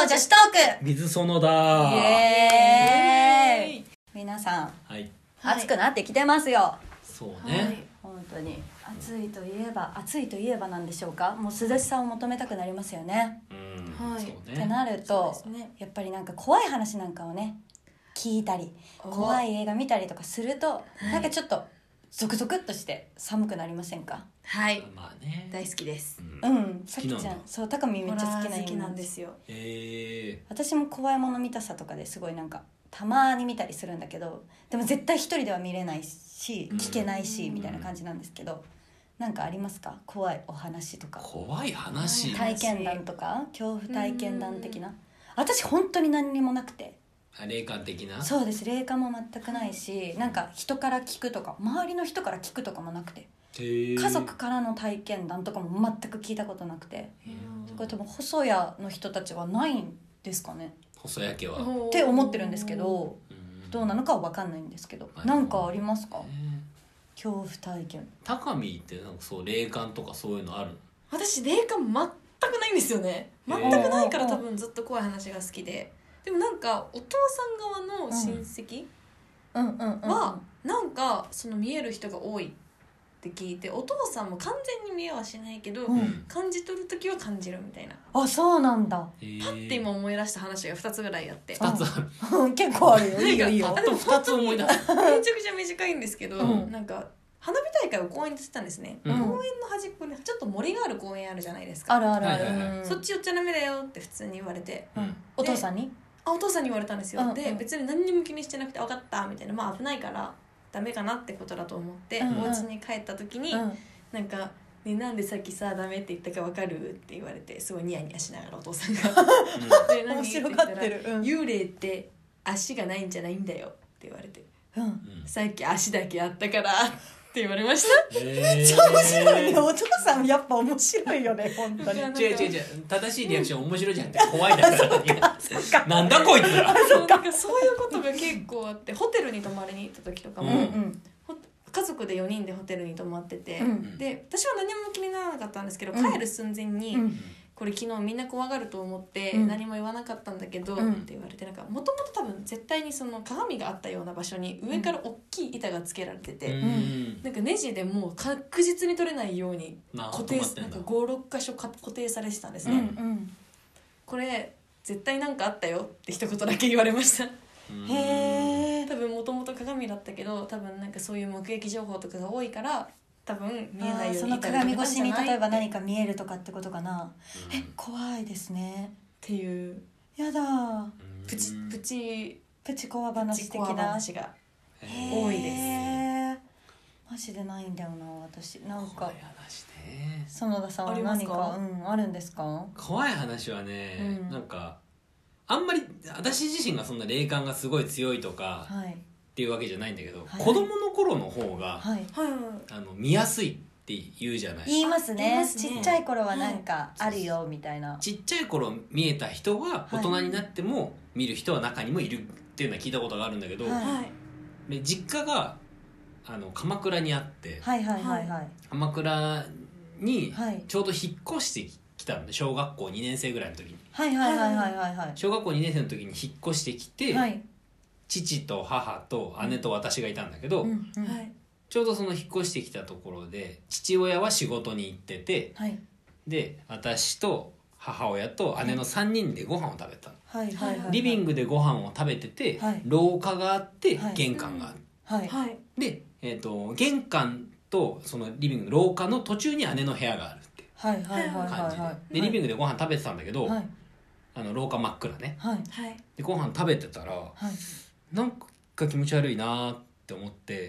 女子トーク水園だ。 イエーイ。皆さん、 はい、 暑くなってきてますよ。 そうね、 はい、本当に暑いといえばなんでしょうか。もう涼しさを求めたくなりますよね。 はい、そうね。 ってなると、ね、やっぱりなんか怖い話なんかをね聞いたり怖い映画見たりとかすると、なんかちょっとゾクゾクっとして寒くなりませんか？ はい、 まあね、 大好きです。 さきちゃん、そう高見めっちゃ好きなんですよ。私も怖いもの見たさとかですごいなんかたまに見たりするんだけど、でも絶対一人では見れないし聞けないしみたいな感じなんですけど、なんかありますか？怖いお話とか。 怖い話、 体験談とか恐怖体験談的な。私本当に何にもなくて。 霊感的な。 そうです、霊感も全くないし、なんか人から聞くとか周りの人から聞くとかもなくて、家族からの体験談とかも全く聞いたことなくて、これ多分細谷の人たちはないんですかね、 細谷家はって思ってるんですけど、どうなのかは分かんないんですけど、なんかありますか？恐怖体験。 高見ってなんかそう霊感とかそういうのある？ 私霊感全くないんですよね。全くないから多分ずっと怖い話が好きで、でもなんかお父さん側の親戚はなんかその見える人が多いって聞いて、お父さんも完全に見えはしないけど、感じ取るときは感じるみたいな。 あ、そうなんだ。 パッて今思い出した話が2つぐらいあって。 2つある結構あるよ。いいよいいよ。 あと2つ思い出す。 めちゃくちゃ短いんですけど、なんか花火大会を公園でしてたんですね、公園の端っこにちょっと森がある公園あるじゃないですか。 あるあるある、 そっち寄っちゃダメだよって普通に言われて、 お父さんにお父さんに言われたんですよ、で別に何にも気にしてなくて分かったみたいな、まあ危ないからダメかなってことだと思って、お家に帰った時に、なんかね、なんでさっきさダメって言ったか分かるって言われて、すごいニヤニヤしながらお父さんがで面白がってる、 幽霊って足がないんじゃないんだよって言われて、さっき足だけあったからって言われました。 めっちゃ面白いね。お父さんやっぱ面白いよね、本当に。 違う正しいリアクション面白いじゃんって怖いだからなんだこいつら。 なんかそういうことが結構あって、ホテルに泊まりに行った時とかも、家族で4人でホテルに泊まってて、で私は何も気にならなかったんですけど、帰る寸前に、これ昨日みんな怖がると思って何も言わなかったんだけど、って言われて、なんかもともと多分絶対にその鏡があったような場所に上から大きい板がつけられてて、なんかネジでもう確実に取れないように固定、なんか 5,6 箇所固定されてたんですね、これ絶対なんかあったよって一言だけ言われました。へー。多分もともと鏡だったけど、多分なんかそういう目撃情報とかが多いから多分見えないように、 その鏡越しに例えば何か見えるとかってことかな。怖いですねっていう。 やだ、 プチ怖話的な話が多いです。 マジでないんだよな私。なんか怖い話ね。 園田さんは何かあるんですか？ 怖い話はね、なんかあんまり私自身がそんな霊感がすごい強いとかっていうわけじゃないんだけど、子供の頃の方が見やすいって言うじゃない。 言いますね。ちっちゃい頃はなんかあるよみたいな。 ちっちゃい頃見えた人が大人になっても見る人は中にもいるっていうのは聞いたことがあるんだけど、で実家が鎌倉にあって、鎌倉にちょうど引っ越してきたので、小学校2年生ぐらいの時に、小学校2年生の時に引っ越してきて、父と母と姉と私がいたんだけど、ちょうどその引っ越してきたところで父親は仕事に行ってて、で私と母親と姉の3人でご飯を食べたの。リビングでご飯を食べてて、廊下があって玄関がある、で、玄関とそのリビングの廊下の途中に姉の部屋があるって感じで、リビングでご飯食べてたんだけど、廊下真っ暗ね、でご飯食べてたら、なんか気持ち悪いなって思って、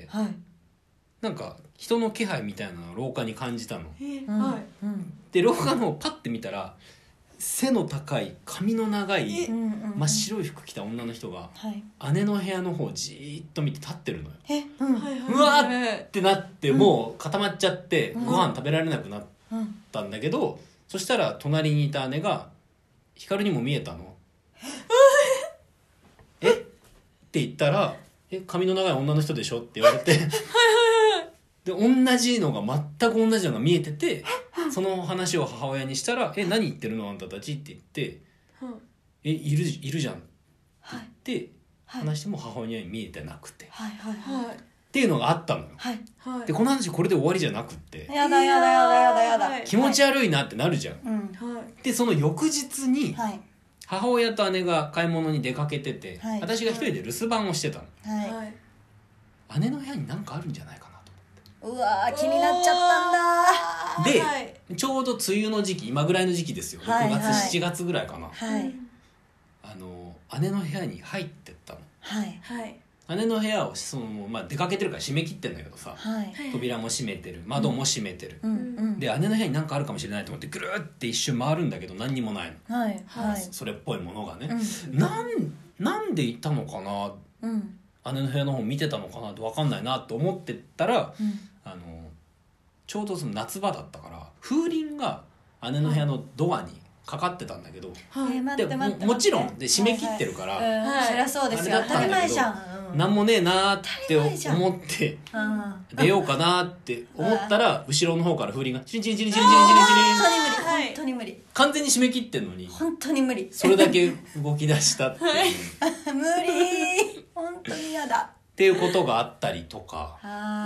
なんか人の気配みたいなのを廊下に感じたの、で廊下のをパッて見たら、背の高い髪の長い真っ白い服着た女の人が姉の部屋の方をじーっと見て立ってるのよ。うわーってなって、もう固まっちゃってご飯食べられなくなったんだけど、そしたら隣にいた姉が「光にも見えたの？え？」って言ったら「髪の長い女の人でしょ？」って言われてで同じのが全く同じのが見えてて、その話を母親にしたら「何言ってるのあんたたち」って言って、 いるじゃんって言って話しても母親に見えてなくて、っていうのがあったのよ、でこの話これで終わりじゃなくってやだ気持ち悪いなってなるじゃん、でその翌日に母親と姉が買い物に出かけてて、私が一人で留守番をしてたの、姉の部屋に何かあるんじゃないかなと思って、 うわ気になっちゃったんだで、ちょうど梅雨の時期、今ぐらいの時期ですよ、6月7月ぐらいかな、姉の部屋に入ってったの、姉の部屋を出かけてるから閉め切ってんだけどさ、扉も閉めてる、窓も閉めてる、で姉の部屋に何かあるかもしれないと思ってぐるって一周回るんだけど何にもないの、それっぽいものがね、なんでいたのかな、姉の部屋の方見てたのかなって分かんないなと思ってたら、ちょうどその夏場だったから風鈴が姉の部屋のドアにかかってたんだけど、でもちろんで締め切ってるから、 そりゃそうですよ、当たり前じゃん、 なんもねえなーって思って出ようかなって思ったら、後ろの方から風鈴がチリンチリンチリンチリンチリンチリンチリン、 本当に無理、 完全に締め切ってんのに本当に無理、 それだけ動き出したっていう無理、本当に嫌だっていうことがあったりとか、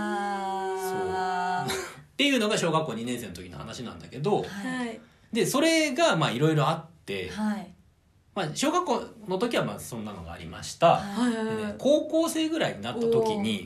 そうっていうのが小学校2年生の時の話なんだけど、でそれがいろいろあって、小学校の時はそんなのがありました、で高校生ぐらいになった時に、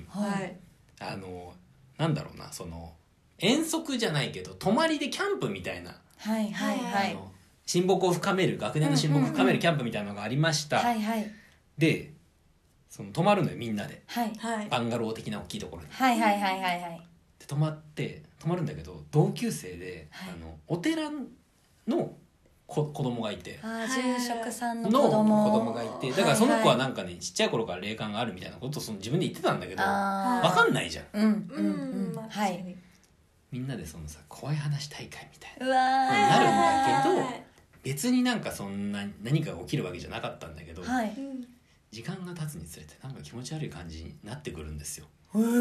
なんだろうな、その遠足じゃないけど泊まりでキャンプみたいな、親睦を深める、学年の親睦を深めるキャンプみたいなのがありました、でその泊まるのよみんなで、バンガロー的な大きいところに、で泊まるんだけど、同級生で、お寺の子供がいて、 住職さんの子供がいて、だからその子はなんかね、ちっちゃい頃から霊感があるみたいなことを自分で言ってたんだけど、分かんないじゃん、みんなでそのさ怖い話大会みたいななるんだけど、別になんかそんな何かが起きるわけじゃなかったんだけど、時間が経つにつれてなんか気持ち悪い感じになってくるんですよ。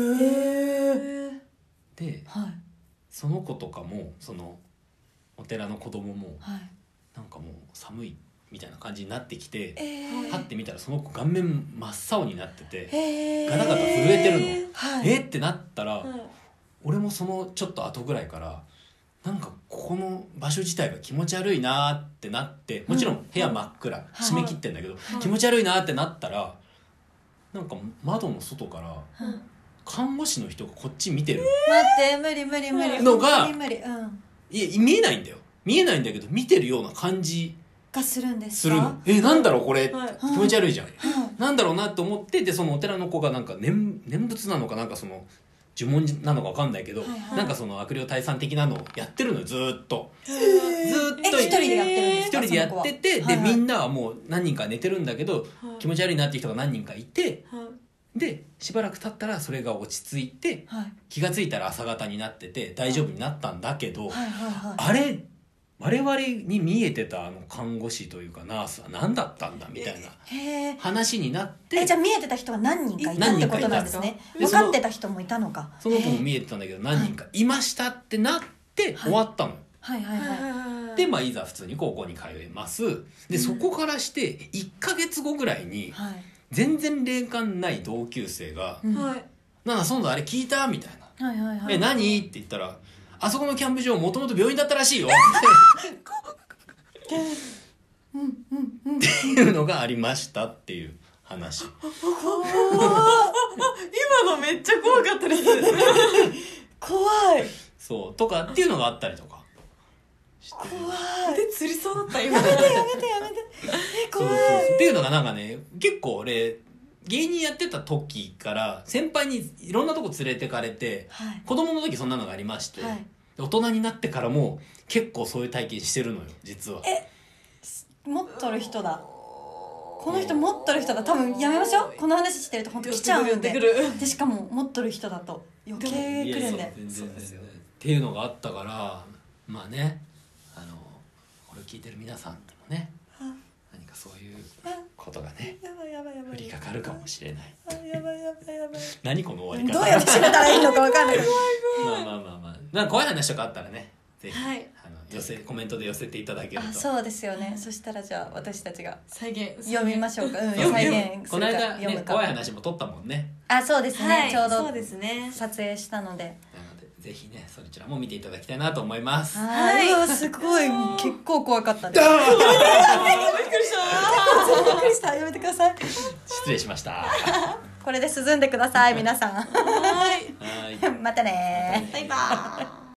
で、その子とかもそのお寺の子供も、なんかもう寒いみたいな感じになってきて、パッて見たらその子顔面真っ青になってて、ガタガタ震えてるの、ってなったら、俺もそのちょっと後ぐらいからなんかここの場所自体が気持ち悪いなってなって、もちろん部屋真っ暗、閉め切ってんだけど、気持ち悪いなってなったら、なんか窓の外から看護師の人がこっち見てる、 待って無理のが、いや見えないんだよ、見えないんだけど見てるような感じがするんですか。 なんだろうこれ、気持ち悪いじゃん、なんだろうなと思って、でそのお寺の子がなんか念仏なのかなんかその呪文なのか分かんないけど、なんかその悪霊退散的なのをやってるのよ、ずーっと一人でやってるんですか。 一人でやってて、でみんなはもう何人か寝てるんだけど、気持ち悪いなっていう人が何人かいて、でしばらく経ったらそれが落ち着いて、気がついたら朝方になってて大丈夫になったんだけど、あれ我々に見えてた看護師というかナースは何だったんだみたいな話になって、 じゃあ見えてた人が何人かいたってことなんですね。分かってた人もいたのか。 その子も見えてたんだけど何人かいましたってなって終わったの。でいざ普通に高校に通います。でそこからして1ヶ月後ぐらいに全然霊感ない同級生が「なんだそんなあれ聞いた?」みたいな「何?」って言ったら、あそこのキャンプ場もともと病院だったらしいよっていうのがありましたっていう話。 今のめっちゃ怖かったです怖い。 そうとかっていうのがあったりとか怖い。 で釣りそうだった今。 やめて怖い。 っていうのがなんかね、結構俺芸人やってた時から先輩にいろんなとこ連れてかれて、子供の時そんなのがありまして、大人になってからも結構そういう体験してるのよ実は。 持っとる人だ、この人持っとる人だ。多分やめましょう、この話してると本当来ちゃうんで。でしかも持っとる人だと余計来るんで。 そうですよっていうのがあったから、まあね、これを聞いてる皆さんもね、何かそういうことがね降りかかるかもしれない。何この終わり方。 どうやって締めたらいいのか分かんない。 まあなんか怖い話とかあったらね、ぜひ、 コメントで寄せていただけると。 そうですよね。そしたらじゃあ私たちが再現読みましょうか。再現この間ね怖い話も撮ったもんね。 そうですね、ちょうどそうですね、 撮影したので、 なのでぜひねそちらも見ていただきたいなと思います。 すごい結構怖かったです。びっくりしたやめてください。 失礼しました。 これで涼んでください皆さん。はい、またね。 バイバーイ。